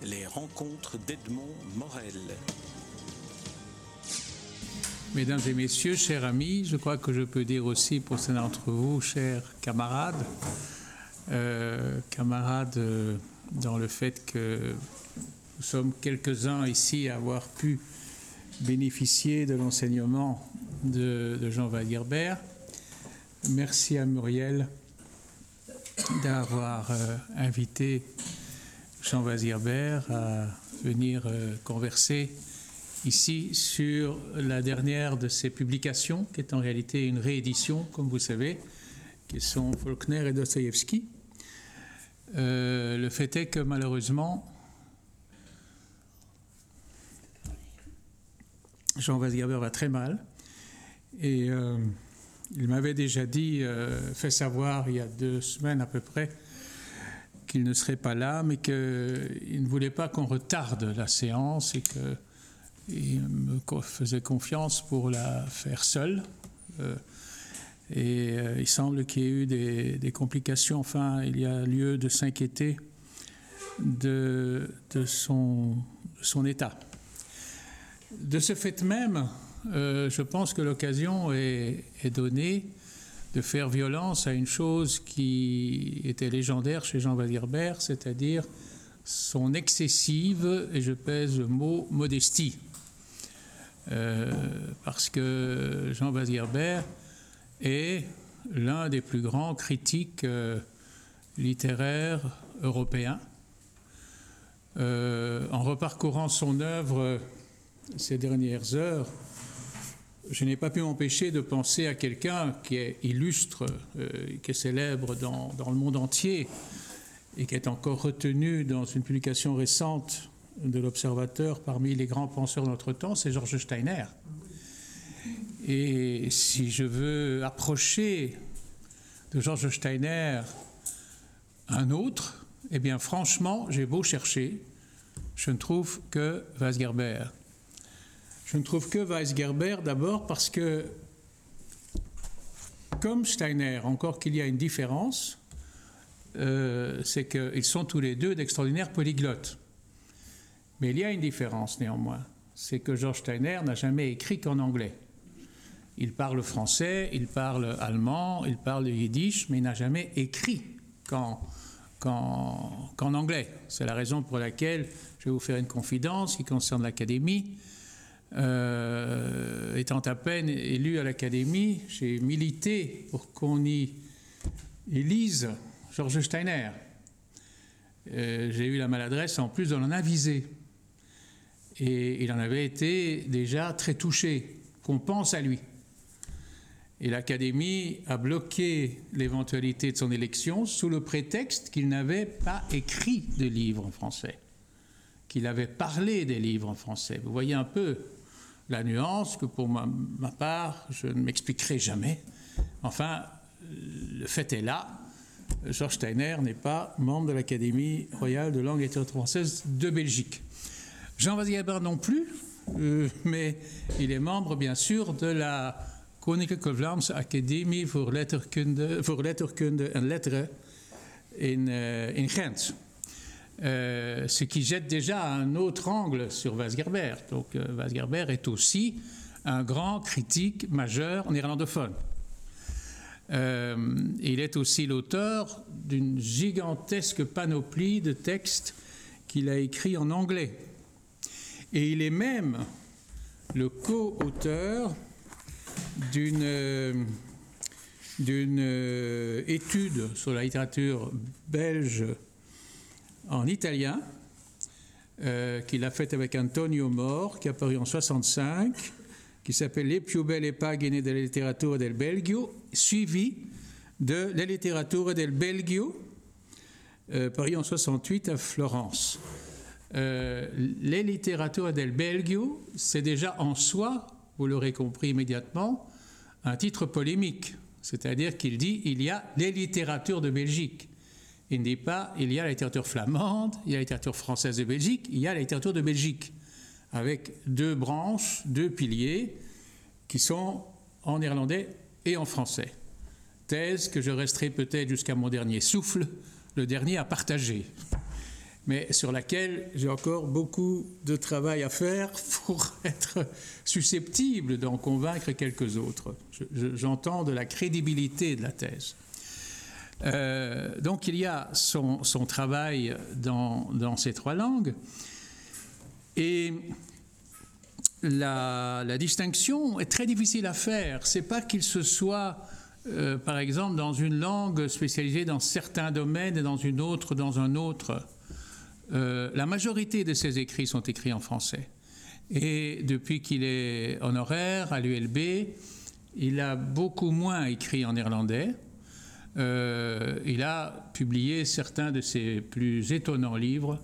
Les rencontres d'Edmond Morel. Mesdames et messieurs, chers amis, je crois que je peux dire aussi pour certains d'entre vous, chers camarades, dans le fait que nous sommes quelques-uns ici à avoir pu bénéficier de l'enseignement de Jean Weisgerber. Merci à Muriel d'avoir invité Jean Weisgerber à venir converser ici sur la dernière de ses publications, qui est en réalité une réédition, comme vous savez, qui sont Faulkner et Dostoïevski. Le fait est que malheureusement, Jean Weisgerber va très mal et il m'avait déjà dit, fait savoir il y a 2 semaines à peu près, qu'il ne serait pas là, mais qu'il ne voulait pas qu'on retarde la séance et qu'il me faisait confiance pour la faire seul. Il semble qu'il y ait eu des complications. Enfin, il y a lieu de s'inquiéter de son état. De ce fait même, je pense que l'occasion est donnée de faire violence à une chose qui était légendaire chez Jean Weisgerber, c'est-à-dire son excessive, et je pèse le mot, modestie. Parce que Jean Weisgerber est l'un des plus grands critiques littéraires européens. En reparcourant son œuvre ces dernières heures, je n'ai pas pu m'empêcher de penser à quelqu'un qui est illustre, qui est célèbre dans le monde entier et qui est encore retenu dans une publication récente de l'Observateur parmi les grands penseurs de notre temps, c'est Georges Steiner. Et si je veux approcher de Georges Steiner un autre, eh bien franchement, j'ai beau chercher, je ne trouve que Weisgerber. Je ne trouve que Weisgerber d'abord parce que, comme Steiner, encore qu'il y a une différence, c'est qu'ils sont tous les deux d'extraordinaires polyglottes. Mais il y a une différence néanmoins, c'est que Georges Steiner n'a jamais écrit qu'en anglais. Il parle français, il parle allemand, il parle yiddish, mais il n'a jamais écrit qu'en anglais. C'est la raison pour laquelle je vais vous faire une confidence qui concerne l'Académie. Étant à peine élu à l'Académie, j'ai milité pour qu'on y lise Georges Steiner. J'ai eu la maladresse en plus de l'en aviser. Et il en avait été déjà très touché, qu'on pense à lui. Et l'Académie a bloqué l'éventualité de son élection sous le prétexte qu'il n'avait pas écrit de livres en français, qu'il avait parlé des livres en français. Vous voyez un peu la nuance que pour ma part, je ne m'expliquerai jamais. Enfin, le fait est là, Georges Steiner n'est pas membre de l'Académie royale de langue et littérature française de Belgique. Jean Weisgerber non plus, mais il est membre bien sûr de la Koninklijke Vlaamse Academie voor Letterkunde en Letteren in Gent. Ce qui jette déjà un autre angle sur Weisgerber. Donc Weisgerber est aussi un grand critique majeur néerlandophone. Il est aussi l'auteur d'une gigantesque panoplie de textes qu'il a écrits en anglais. Et il est même le co-auteur d'une étude sur la littérature belge en italien, qu'il a faite avec Antonio Mor, qui est apparu en 1965, qui s'appelle Le più belle pagine della letteratura del Belgio, suivi de La letteratura del Belgio, paru en 1968 à Florence. La letteratura del Belgio, c'est déjà en soi, vous l'aurez compris immédiatement, un titre polémique, c'est-à-dire qu'il dit il y a les littératures de Belgique. Il ne dit pas il y a la littérature flamande, il y a la littérature française de Belgique, il y a la littérature de Belgique, avec 2 branches, 2 piliers, qui sont en néerlandais et en français. Thèse que je resterai peut-être jusqu'à mon dernier souffle, le dernier à partager. mais sur laquelle j'ai encore beaucoup de travail à faire pour être susceptible d'en convaincre quelques autres. J'entends de la crédibilité de la thèse. Donc il y a son travail dans ces trois langues, et la distinction est très difficile à faire. C'est pas qu'il se soit par exemple dans une langue spécialisée dans certains domaines et dans une autre dans un autre. La majorité de ses écrits sont écrits en français. Et depuis qu'il est honoraire à l'ULB, il a beaucoup moins écrit en néerlandais. Il a publié certains de ses plus étonnants livres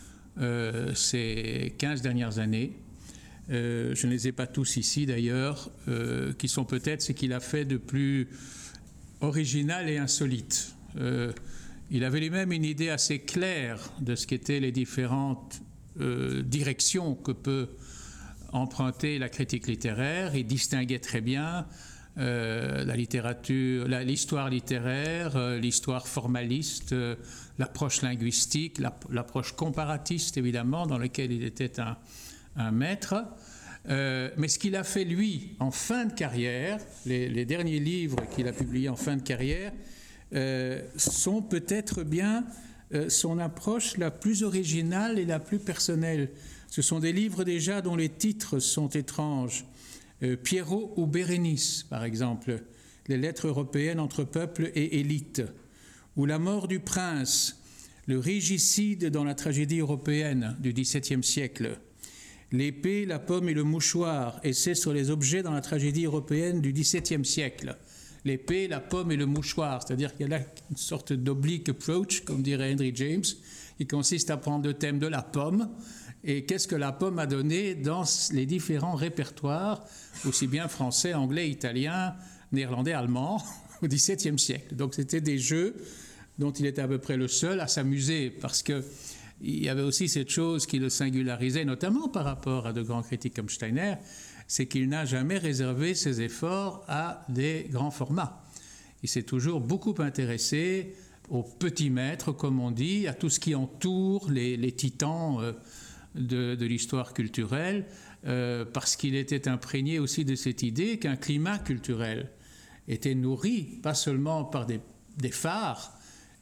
ces 15 dernières années. Je ne les ai pas tous ici d'ailleurs, qui sont peut-être ce qu'il a fait de plus original et insolite. Il avait lui-même une idée assez claire de ce qu'étaient les différentes directions que peut emprunter la critique littéraire. Il distinguait très bien la littérature, l'histoire littéraire, l'histoire formaliste, l'approche linguistique, l'approche comparatiste évidemment, dans laquelle il était un maître. Mais ce qu'il a fait lui en fin de carrière, les derniers livres qu'il a publiés en fin de carrière, sont peut-être bien son approche la plus originale et la plus personnelle. Ce sont des livres déjà dont les titres sont étranges. Pierrot ou Bérénice, par exemple, les lettres européennes entre peuple et élite, ou La mort du prince, le régicide dans la tragédie européenne du XVIIe siècle, L'épée, la pomme et le mouchoir, essai sur les objets dans la tragédie européenne du XVIIe siècle. L'épée, la pomme et le mouchoir, c'est-à-dire qu'il y a là une sorte d'oblique approach, comme dirait Henry James, qui consiste à prendre le thème de la pomme et qu'est-ce que la pomme a donné dans les différents répertoires, aussi bien français, anglais, italien, néerlandais, allemand, au XVIIe siècle. Donc c'était des jeux dont il était à peu près le seul à s'amuser, parce qu'il y avait aussi cette chose qui le singularisait, notamment par rapport à de grands critiques comme Steiner, c'est qu'il n'a jamais réservé ses efforts à des grands formats. Il s'est toujours beaucoup intéressé aux petits maîtres, comme on dit, à tout ce qui entoure les titans de l'histoire culturelle, parce qu'il était imprégné aussi de cette idée qu'un climat culturel était nourri, pas seulement par des phares,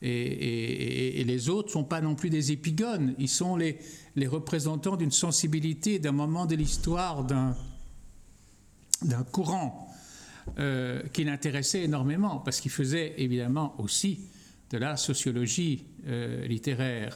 et les autres ne sont pas non plus des épigones, ils sont les représentants d'une sensibilité, d'un moment de l'histoire, d'un courant qui l'intéressait énormément, parce qu'il faisait évidemment aussi de la sociologie littéraire.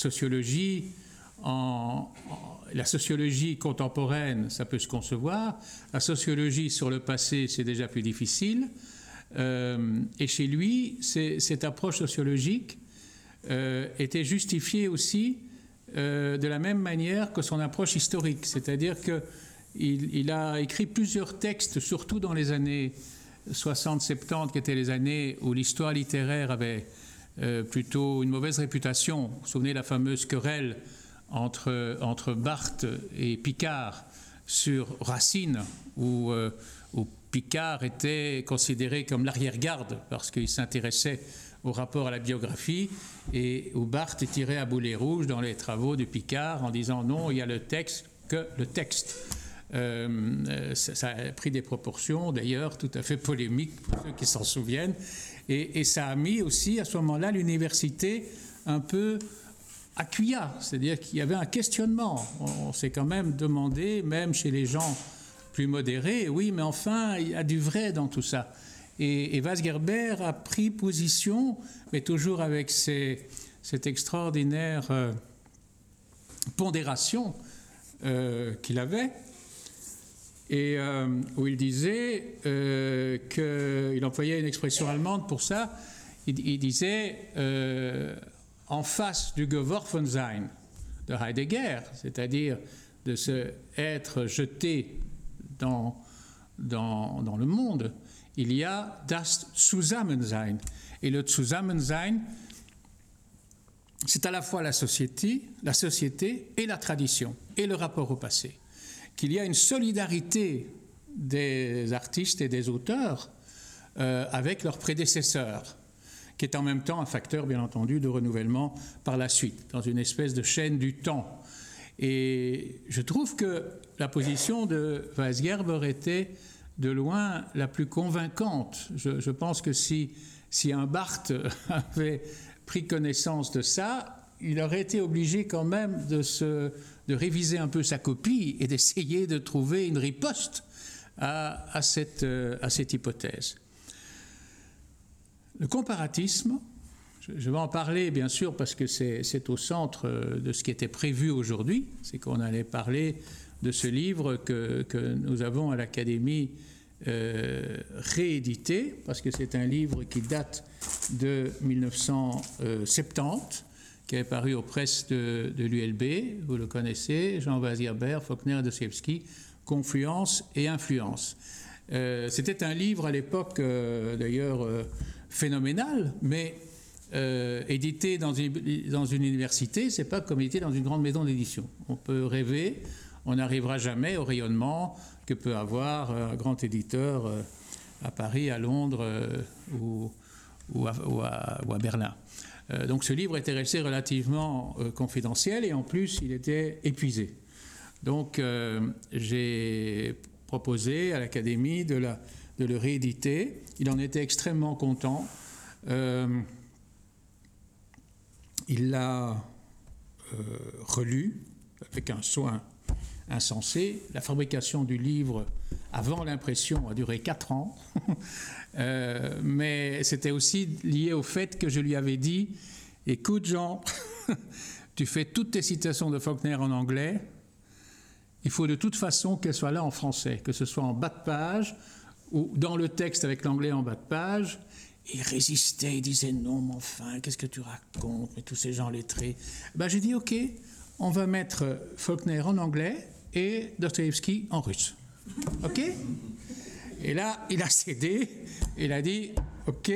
La sociologie contemporaine, ça peut se concevoir. La sociologie sur le passé, c'est déjà plus difficile. Et chez lui, cette approche sociologique était justifiée aussi de la même manière que son approche historique. C'est-à-dire qu'il a écrit plusieurs textes, surtout dans les années 60-70, qui étaient les années où l'histoire littéraire avait plutôt une mauvaise réputation. Vous vous souvenez de la fameuse querelle entre Barthes et Picard sur Racine, où Picard était considéré comme l'arrière-garde parce qu'il s'intéressait au rapport à la biographie, et où Barthes tirait à boulet rouge dans les travaux de Picard en disant non, il y a le texte que le texte. Ça a pris des proportions d'ailleurs tout à fait polémiques pour ceux qui s'en souviennent, et ça a mis aussi à ce moment-là l'université un peu à cuillard, c'est-à-dire qu'il y avait un questionnement. On s'est quand même demandé, même chez les gens plus modérés, oui, mais enfin, il y a du vrai dans tout ça. Et Weisgerber a pris position, mais toujours avec cette extraordinaire pondération qu'il avait, et où il disait qu'il employait une expression allemande pour ça. Il disait en face du Geworfensein de Heidegger, c'est-à-dire de se être jeté dans le monde, il y a das Zusammensein. Et le Zusammensein, c'est à la fois la société et la tradition, et le rapport au passé. Qu'il y a une solidarité des artistes et des auteurs avec leurs prédécesseurs, qui est en même temps un facteur, bien entendu, de renouvellement par la suite, dans une espèce de chaîne du temps. Et je trouve que la position de Weisgerber était de loin la plus convaincante. Je pense que si un Barthes avait pris connaissance de ça, il aurait été obligé quand même de réviser un peu sa copie et d'essayer de trouver une riposte à cette hypothèse. Le comparatisme, je vais en parler bien sûr parce que c'est au centre de ce qui était prévu aujourd'hui, c'est qu'on allait parler de ce livre que nous avons à l'Académie réédité, parce que c'est un livre qui date de 1970, qui est paru aux presses de l'ULB, vous le connaissez, Jean Weisgerber, Faulkner et Dostoïevski, Confluence et Influence. C'était un livre à l'époque d'ailleurs phénoménal, mais édité dans une université, c'est pas comme édité dans une grande maison d'édition. On peut rêver, on n'arrivera jamais au rayonnement que peut avoir un grand éditeur à Paris, à Londres ou à Berlin. Donc ce livre était resté relativement confidentiel et en plus il était épuisé. Donc j'ai proposé à l'Académie de le rééditer. Il en était extrêmement content. Il l'a relu avec un soin insensé. La fabrication du livre avant l'impression a duré 4 ans. Mais c'était aussi lié au fait que je lui avais dit « Écoute Jean, tu fais toutes tes citations de Faulkner en anglais, il faut de toute façon qu'elles soient là en français, que ce soit en bas de page ou dans le texte avec l'anglais en bas de page. » Il résistait, il disait « Non, mais enfin, qu'est-ce que tu racontes, mais tous ces gens lettrés. » J'ai dit « Ok, on va mettre Faulkner en anglais et Dostoïevski en russe. » Ok ? Et là, il a cédé, il a dit « Ok,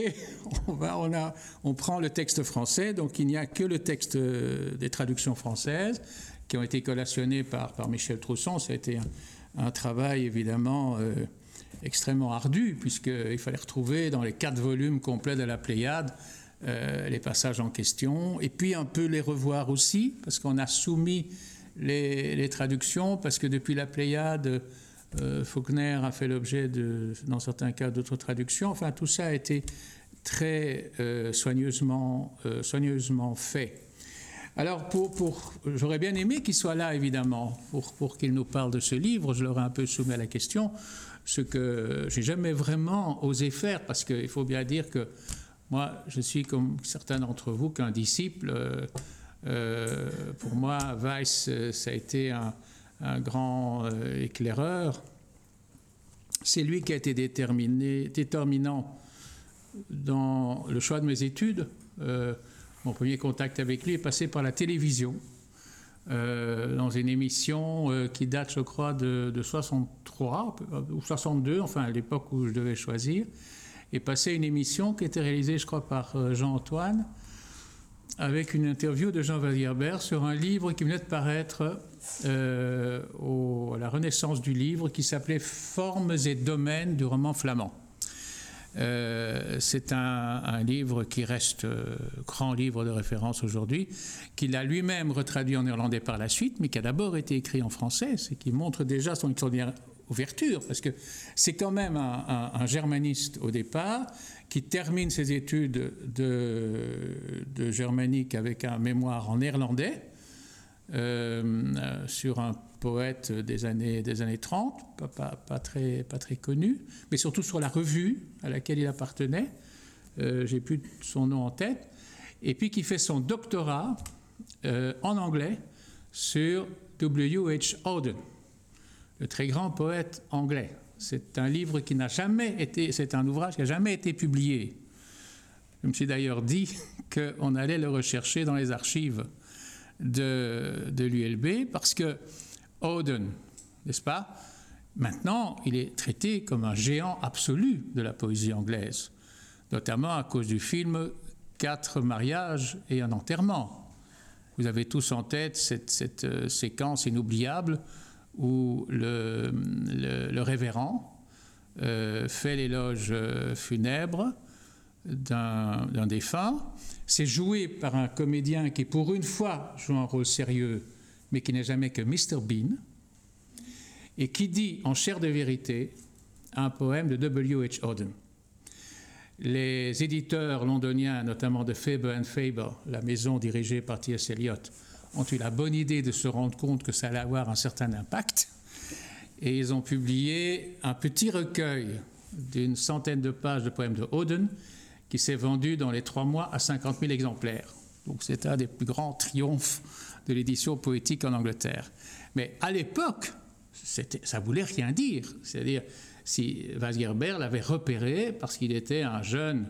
on prend le texte français, donc il n'y a que le texte des traductions françaises qui ont été collationnées par Michel Trousson. Ça a été un travail évidemment extrêmement ardu, puisqu'il fallait retrouver dans les 4 volumes complets de la Pléiade les passages en question, et puis un peu les revoir aussi, parce qu'on a soumis les traductions, parce que depuis la Pléiade, Faulkner a fait l'objet, dans certains cas, d'autres traductions. Enfin, tout ça a été très soigneusement fait. Alors, j'aurais bien aimé qu'il soit là, évidemment, pour qu'il nous parle de ce livre. Je l'aurais un peu soumis à la question, ce que j'ai jamais vraiment osé faire, parce qu'il faut bien dire que moi, je suis, comme certains d'entre vous, qu'un disciple. Pour moi, Weiss, ça a été un grand éclaireur. C'est lui qui a été déterminant dans le choix de mes études. Mon premier contact avec lui est passé par la télévision, dans une émission qui date, je crois, de 63 ou 62, enfin à l'époque où je devais choisir, et passé une émission qui était réalisée, je crois, par Jean-Antoine, avec une interview de Jean Weisgerber sur un livre qui venait de paraître à la Renaissance du livre, qui s'appelait « Formes et domaines du roman flamand ». C'est un livre qui reste grand livre de référence aujourd'hui, qu'il a lui-même retraduit en néerlandais par la suite, mais qui a d'abord été écrit en français, ce qui montre déjà son extraordinaire ouverture, parce que c'est quand même un germaniste au départ, qui termine ses études de germanique avec un mémoire en néerlandais, sur un poète des années 30, pas très connu, mais surtout sur la revue à laquelle il appartenait, j'ai plus son nom en tête, et puis qui fait son doctorat en anglais sur W.H. Auden, le très grand poète anglais. C'est un livre qui n'a jamais été, c'est un ouvrage qui n'a jamais été publié. Je me suis d'ailleurs dit qu'on allait le rechercher dans les archives de l'ULB, parce que Auden, n'est-ce pas, maintenant il est traité comme un géant absolu de la poésie anglaise, notamment à cause du film 4 mariages et un enterrement. Vous avez tous en tête cette séquence inoubliable où le révérend fait l'éloge funèbre d'un défunt. C'est joué par un comédien qui, pour une fois, joue un rôle sérieux, mais qui n'est jamais que Mr. Bean, et qui dit en chair de vérité un poème de W.H. Auden. Les éditeurs londoniens, notamment de Faber and Faber, la maison dirigée par T.S. Eliot, ont eu la bonne idée de se rendre compte que ça allait avoir un certain impact, et ils ont publié un petit recueil d'une centaine de pages de poèmes de Auden qui s'est vendu dans les 3 mois à 50 000 exemplaires. Donc c'est un des plus grands triomphes de l'édition poétique en Angleterre. Mais à l'époque, ça ne voulait rien dire. C'est-à-dire, si Weisgerber l'avait repéré parce qu'il était un jeune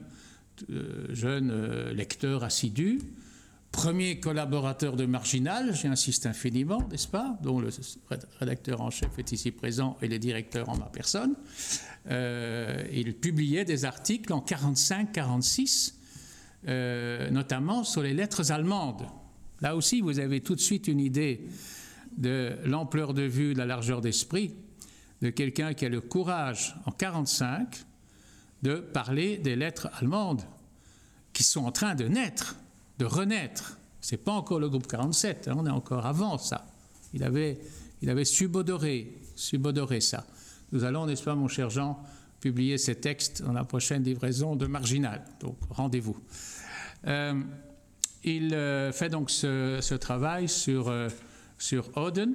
lecteur assidu, premier collaborateur de Marginal, j'insiste infiniment, n'est-ce pas, dont le rédacteur en chef est ici présent et le directeur en ma personne. Il publiait des articles en 1945-1946, notamment sur les lettres allemandes. Là aussi, vous avez tout de suite une idée de l'ampleur de vue, de la largeur d'esprit de quelqu'un qui a le courage, en 1945, de parler des lettres allemandes qui sont en train de naître, de renaître. Ce n'est pas encore le groupe 47, hein, on est encore avant ça. Il avait subodoré ça. Nous allons, n'est-ce pas, mon cher Jean, publier ces textes dans la prochaine livraison de Marginal. Donc, rendez-vous. Il fait donc ce travail sur Auden,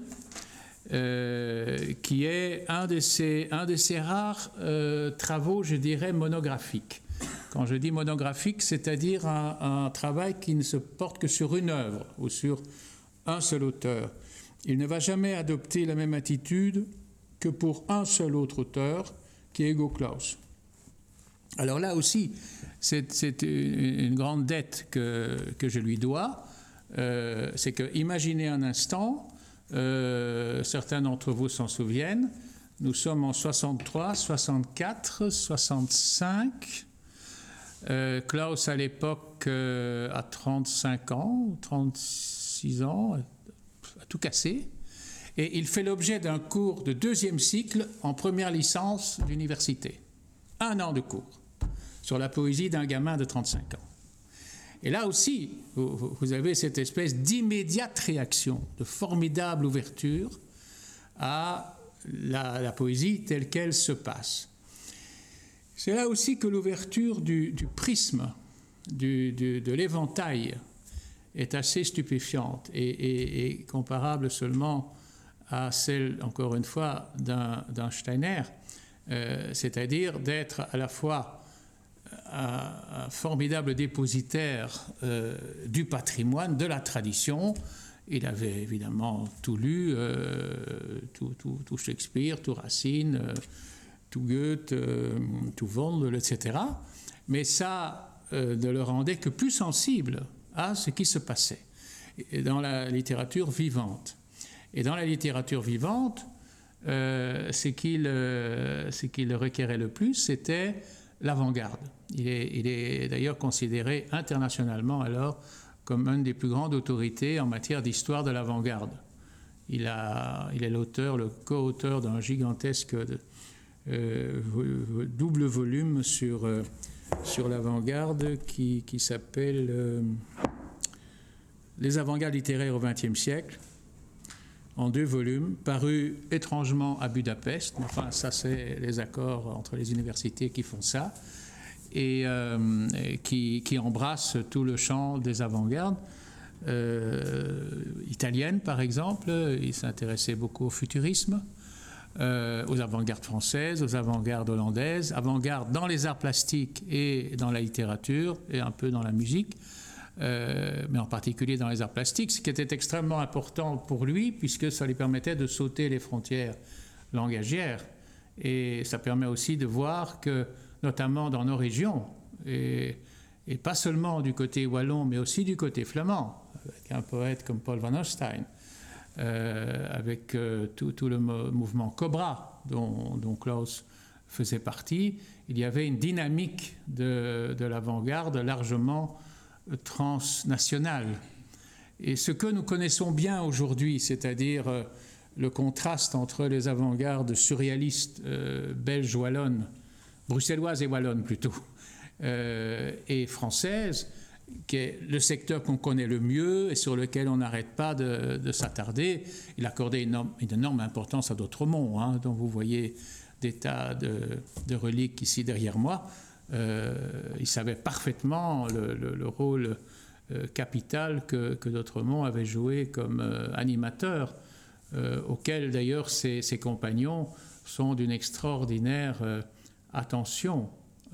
qui est un de ces rares travaux, je dirais, monographiques. Quand je dis monographique, c'est-à-dire un travail qui ne se porte que sur une œuvre ou sur un seul auteur. Il ne va jamais adopter la même attitude que pour un seul autre auteur, qui est Hugo Claus. Alors là aussi, c'est une grande dette que je lui dois. C'est que, imaginez un instant, certains d'entre vous s'en souviennent, nous sommes en 63, 64, 65. Claus, à l'époque, a 35 ans, 36 ans, a tout cassé. Et il fait l'objet d'un cours de 2e cycle en première licence d'université. 1 an de cours sur la poésie d'un gamin de 35 ans. Et là aussi, vous avez cette espèce d'immédiate réaction, de formidable ouverture à la poésie telle qu'elle se passe. C'est là aussi que l'ouverture du prisme, de l'éventail, est assez stupéfiante et comparable seulement à celle, encore une fois, d'un Steiner, c'est-à-dire d'être à la fois un formidable dépositaire du patrimoine, de la tradition. Il avait évidemment tout lu, tout Shakespeare, tout Racine, tout Goethe, tout Vondel, etc. Mais ça ne le rendait que plus sensible à ce qui se passait dans la littérature vivante. Et dans la littérature vivante, ce qu'il requérait le plus, c'était l'avant-garde. Il est d'ailleurs considéré internationalement alors comme une des plus grandes autorités en matière d'histoire de l'avant-garde. Il est l'auteur, le co-auteur d'un gigantesque double volume sur l'avant-garde qui s'appelle Les avant-gardes littéraires au XXe siècle, en 2 volumes, paru étrangement à Budapest. Enfin, ça, c'est les accords entre les universités qui font ça, et qui embrasse tout le champ des avant-gardes. Italiennes, par exemple, il s'intéressait beaucoup au futurisme, aux avant-gardes françaises, aux avant-gardes hollandaises, avant-gardes dans les arts plastiques et dans la littérature, et un peu dans la musique. Mais en particulier dans les arts plastiques, ce qui était extrêmement important pour lui, puisque ça lui permettait de sauter les frontières langagières. Et ça permet aussi de voir que, notamment dans nos régions, et pas seulement du côté wallon, mais aussi du côté flamand, avec un poète comme Paul van Ostein, avec tout le mouvement Cobra, dont Claus faisait partie, il y avait une dynamique de l'avant-garde largement transnationale. Et ce que nous connaissons bien aujourd'hui, c'est-à-dire le contraste entre les avant-gardes surréalistes belges wallonnes, bruxelloises et wallonnes plutôt, et française, qui est le secteur qu'on connaît le mieux et sur lequel on n'arrête pas de s'attarder. Il accordait une énorme importance à d'Autremont, hein, dont vous voyez des tas de reliques ici derrière moi. Il savait parfaitement le rôle capital que d'Autremont avait joué comme animateur, auquel d'ailleurs ses compagnons sont d'une extraordinaire attention,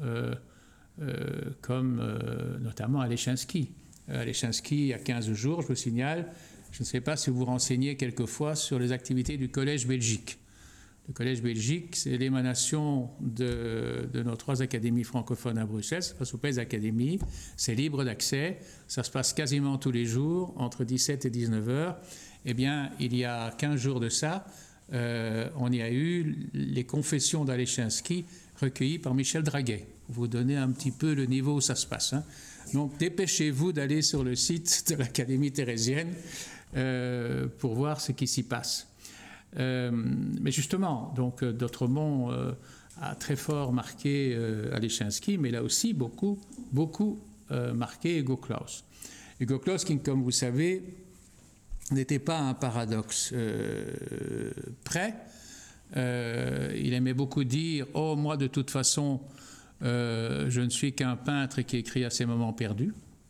comme notamment Alechinsky. Alechinsky, il y a 15 jours, je vous signale, je ne sais pas si vous vous renseignez quelquefois sur les activités du Collège Belgique. Le Collège Belgique, c'est l'émanation de nos 3 académies francophones à Bruxelles. Ça se passe aux Pays Académies, c'est libre d'accès, ça se passe quasiment tous les jours, entre 17 et 19 heures. Eh bien, il y a 15 jours de ça, on y a eu les confessions d'Alechinsky recueillies par Michel Draguet. Pour vous donner un petit peu le niveau où ça se passe, hein. Donc, dépêchez-vous d'aller sur le site de l'Académie thérésienne pour voir ce qui s'y passe. Mais justement, donc d'Autremont a très fort marqué Alechinsky, mais là aussi beaucoup marqué Hugo Claus. Hugo Claus, qui, comme vous savez, n'était pas un paradoxe près. Il aimait beaucoup dire « Oh, moi, de toute façon, je ne suis qu'un peintre qui écrit à ses moments perdus ».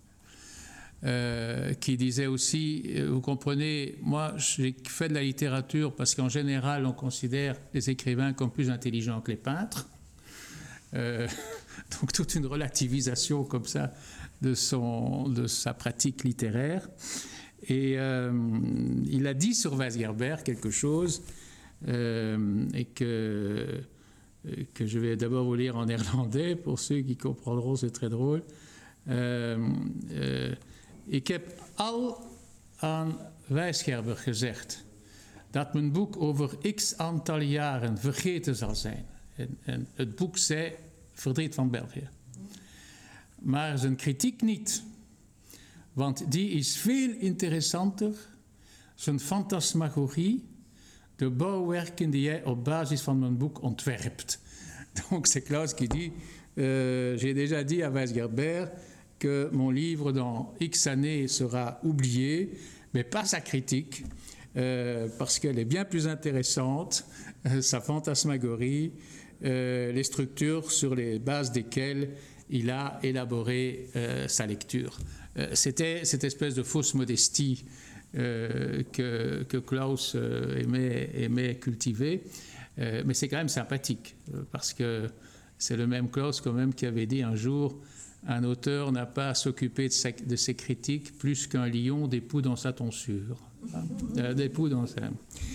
Qui disait aussi, vous comprenez, moi j'ai fait de la littérature parce qu'en général on considère les écrivains comme plus intelligents que les peintres. Donc toute une relativisation comme ça de sa pratique littéraire. Et il a dit sur Weisgerber quelque chose et que je vais d'abord vous lire en néerlandais pour ceux qui comprendront, c'est très drôle. Ik heb al aan Weisgerber gezegd dat mijn boek over x aantal jaren vergeten zal zijn. En het boek zei Verdriet van België. Maar zijn kritiek niet, want die is veel interessanter. Zijn fantasmagorie, de bouwwerken die jij op basis van mijn boek ontwerpt. Donc c'est Claus qui dit, j'ai déjà dit à Weisgerber que mon livre dans X années sera oublié, mais pas sa critique, parce qu'elle est bien plus intéressante, sa fantasmagorie, les structures sur les bases desquelles il a élaboré sa lecture. C'était cette espèce de fausse modestie que Claus aimait cultiver, mais c'est quand même sympathique, parce que c'est le même Claus quand même qui avait dit un jour: un auteur n'a pas à s'occuper de ses critiques plus qu'un lion d'époux dans sa tonsure. D'époux dans sa...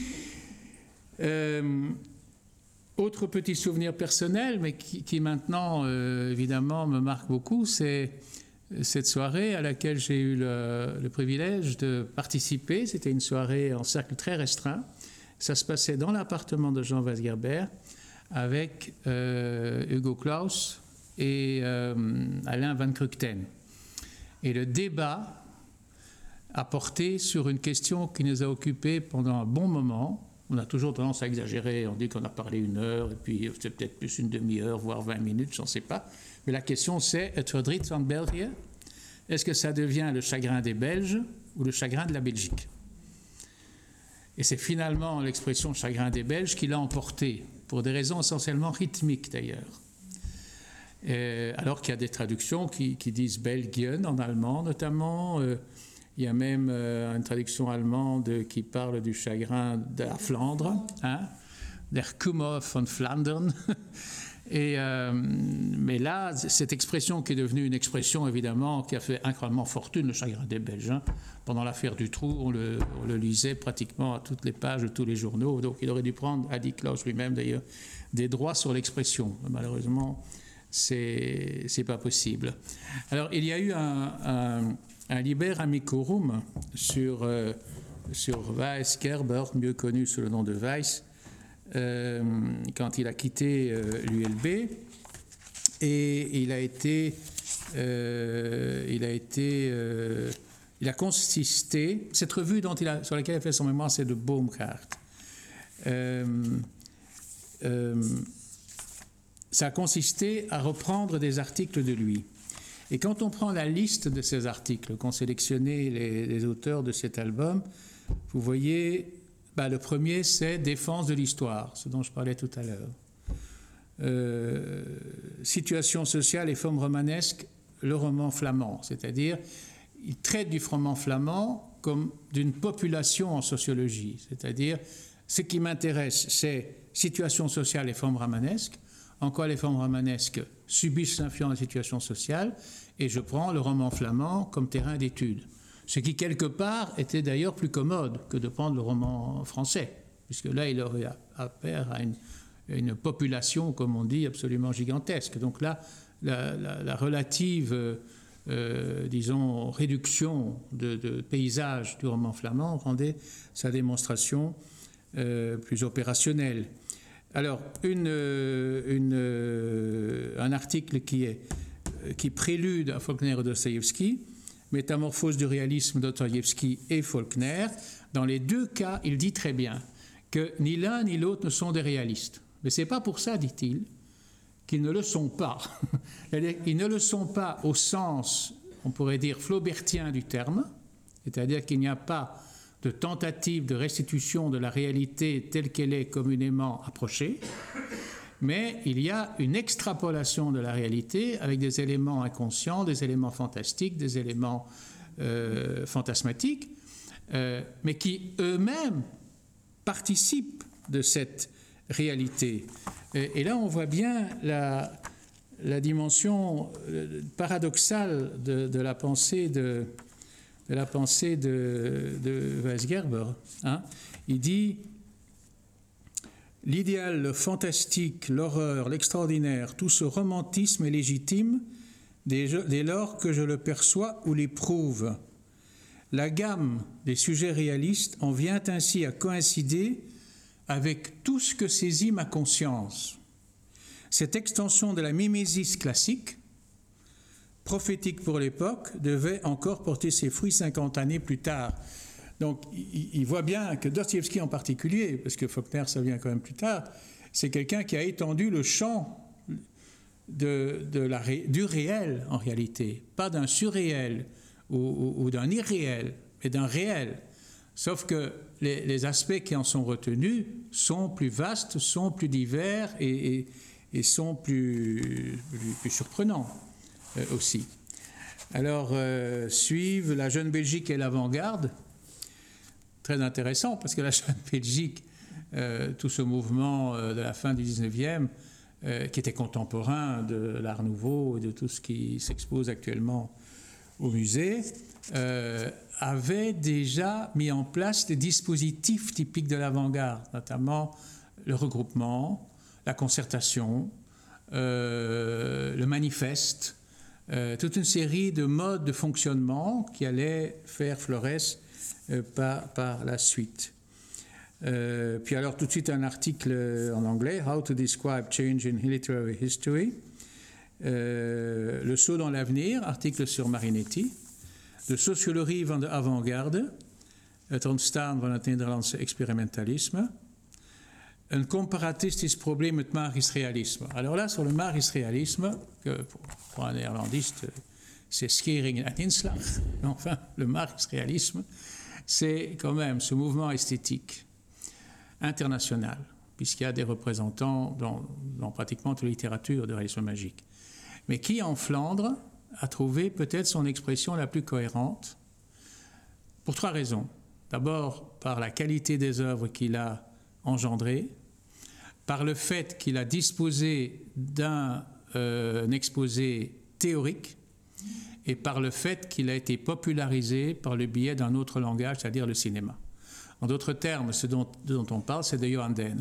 Autre petit souvenir personnel, mais qui maintenant, évidemment, me marque beaucoup, c'est cette soirée à laquelle j'ai eu le privilège de participer. C'était une soirée en cercle très restreint. Ça se passait dans l'appartement de Jean Weisgerber avec Hugo Claus et Alain Van Kruchten. Et le débat a porté sur une question qui nous a occupés pendant un bon moment. On a toujours tendance à exagérer, on dit qu'on a parlé 1 heure, et puis c'est peut-être plus une demi-heure, voire 20 minutes, j'en sais pas. Mais la question c'est, het verdriet van België, est-ce que ça devient le chagrin des Belges ou le chagrin de la Belgique? Et c'est finalement l'expression chagrin des Belges qui l'a emporté, pour des raisons essentiellement rythmiques d'ailleurs. Alors qu'il y a des traductions qui disent Belgien en allemand notamment. Il y a même une traduction allemande qui parle du chagrin de la Flandre, hein, der Kummer von Flandern. Mais là, cette expression qui est devenue une expression évidemment qui a fait incroyablement fortune, le chagrin des Belges. Hein. Pendant l'affaire Dutroux, on le lisait pratiquement à toutes les pages de tous les journaux. Donc il aurait dû prendre, a dit Claus lui-même d'ailleurs, des droits sur l'expression. Malheureusement, c'est pas possible. Alors il y a eu un liber amicorum sur Weisgerber, mieux connu sous le nom de Weiss, quand il a quitté l'ULB, et il a consisté. Cette revue sur laquelle il a fait son mémoire, c'est de ça a consisté à reprendre des articles de lui. Et quand on prend la liste de ces articles qu'ont sélectionné les auteurs de cet album, vous voyez, le premier, c'est Défense de l'histoire, ce dont je parlais tout à l'heure. Situation sociale et forme romanesque, le roman flamand, c'est-à-dire il traite du roman flamand comme d'une population en sociologie, c'est-à-dire ce qui m'intéresse, c'est situation sociale et forme romanesque, en quoi les formes romanesques subissent l'influence de la situation sociale, et je prends le roman flamand comme terrain d'étude. Ce qui, quelque part, était d'ailleurs plus commode que de prendre le roman français, puisque là, il aurait affaire à une population, comme on dit, absolument gigantesque. Donc là, la relative, disons, réduction de paysage du roman flamand rendait sa démonstration plus opérationnelle. Alors, un article qui prélude à Faulkner et Dostoïevski, Métamorphose du réalisme, Dostoïevski et Faulkner. Dans les deux cas, il dit très bien que ni l'un ni l'autre ne sont des réalistes. Mais ce n'est pas pour ça, dit-il, qu'ils ne le sont pas. Ils ne le sont pas au sens, on pourrait dire, flaubertien du terme, c'est-à-dire qu'il n'y a pas de tentative de restitution de la réalité telle qu'elle est communément approchée, mais il y a une extrapolation de la réalité avec des éléments inconscients, des éléments fantastiques, des éléments fantasmatiques, mais qui eux-mêmes participent de cette réalité. Et là, on voit bien la dimension paradoxale de la pensée de Weisgerber. Il dit « L'idéal, le fantastique, l'horreur, l'extraordinaire, tout ce romantisme est légitime dès lors que je le perçois ou l'éprouve. La gamme des sujets réalistes en vient ainsi à coïncider avec tout ce que saisit ma conscience. Cette extension de la mimésis classique, prophétique pour l'époque, devait encore porter ses fruits 50 années plus tard. » Donc, il voit bien que Dostoïevski en particulier, parce que Faulkner, ça vient quand même plus tard, c'est quelqu'un qui a étendu le champ du réel, en réalité. Pas d'un surréel ou d'un irréel, mais d'un réel. Sauf que les aspects qui en sont retenus sont plus vastes, sont plus divers et sont plus surprenants aussi. Alors, suivent la jeune Belgique et l'avant-garde. Très intéressant, parce que la jeune Belgique, tout ce mouvement de la fin du 19e, qui était contemporain de l'Art Nouveau et de tout ce qui s'expose actuellement au musée, avait déjà mis en place des dispositifs typiques de l'avant-garde, notamment le regroupement, la concertation, le manifeste, toute une série de modes de fonctionnement qui allaient faire florès par la suite. Puis alors tout de suite un article en anglais, How to Describe Change in Literary History. Le saut dans l'avenir, article sur Marinetti. De sociologie van de avant-garde, het ontstaan van het Nederlandse experimentalisme. Een comparatistisch probleem met magisch realisme. Alors là, sur le magisch réalisme, que pour un néerlandiste, c'est schering en inslag, mais enfin, le magisch réalisme, c'est quand même ce mouvement esthétique international, puisqu'il y a des représentants dans pratiquement toute la littérature de réalisme magique, mais qui, en Flandre, a trouvé peut-être son expression la plus cohérente, pour trois raisons. D'abord, par la qualité des œuvres qu'il a engendrées, par le fait qu'il a disposé d'un exposé théorique, et par le fait qu'il a été popularisé par le biais d'un autre langage, c'est-à-dire le cinéma. En d'autres termes, ce dont on parle, c'est de Johan Dehne.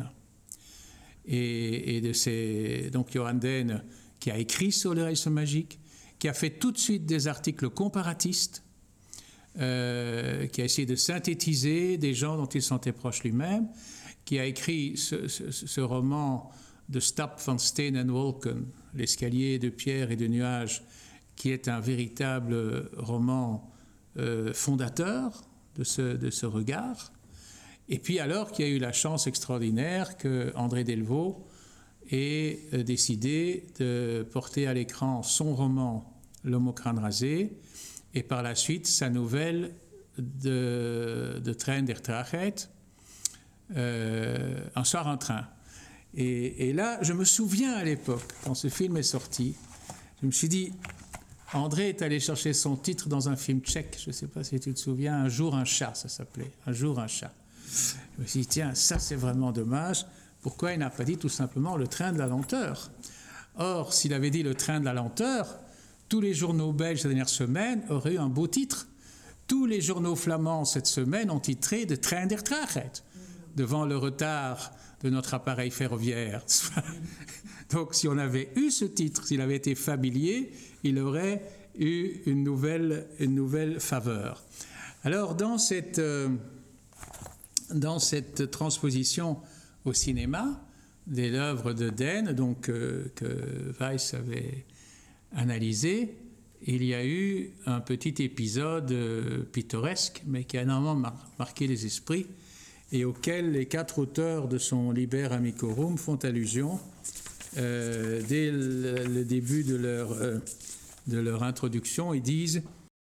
Donc Johan Dehne, qui a écrit sur le réalisme magique, qui a fait tout de suite des articles comparatistes, qui a essayé de synthétiser des gens dont il se sentait proche lui-même, qui a écrit ce roman de Stap van Steen en Wolken, l'escalier de pierre et de nuages, qui est un véritable roman fondateur de ce regard. Et puis alors qu'il y a eu la chance extraordinaire que André Delvaux et décidé de porter à l'écran son roman L'homme au crâne rasé et par la suite sa nouvelle de Trein der Traagheid, Un soir en train. Et là, je me souviens à l'époque, quand ce film est sorti, je me suis dit, André est allé chercher son titre dans un film tchèque, je ne sais pas si tu te souviens, Un jour un chat, ça s'appelait, Un jour un chat. Je me suis dit, tiens, ça c'est vraiment dommage, pourquoi il n'a pas dit tout simplement Le train de la lenteur? Or, s'il avait dit Le train de la lenteur, tous les journaux belges ces dernières semaines auraient eu un beau titre. Tous les journaux flamands cette semaine ont titré de Trein der Traagheid, devant le retard de notre appareil ferroviaire. Donc, si on avait eu ce titre, s'il avait été familier, il aurait eu une nouvelle faveur. Alors, dans cette transposition au cinéma de l'œuvre de Dehn, donc que Weiss avait analysé, il y a eu un petit épisode pittoresque, mais qui a énormément marqué les esprits et auquel les 4 auteurs de son Liber Amicorum font allusion dès le début de leur introduction. Ils disent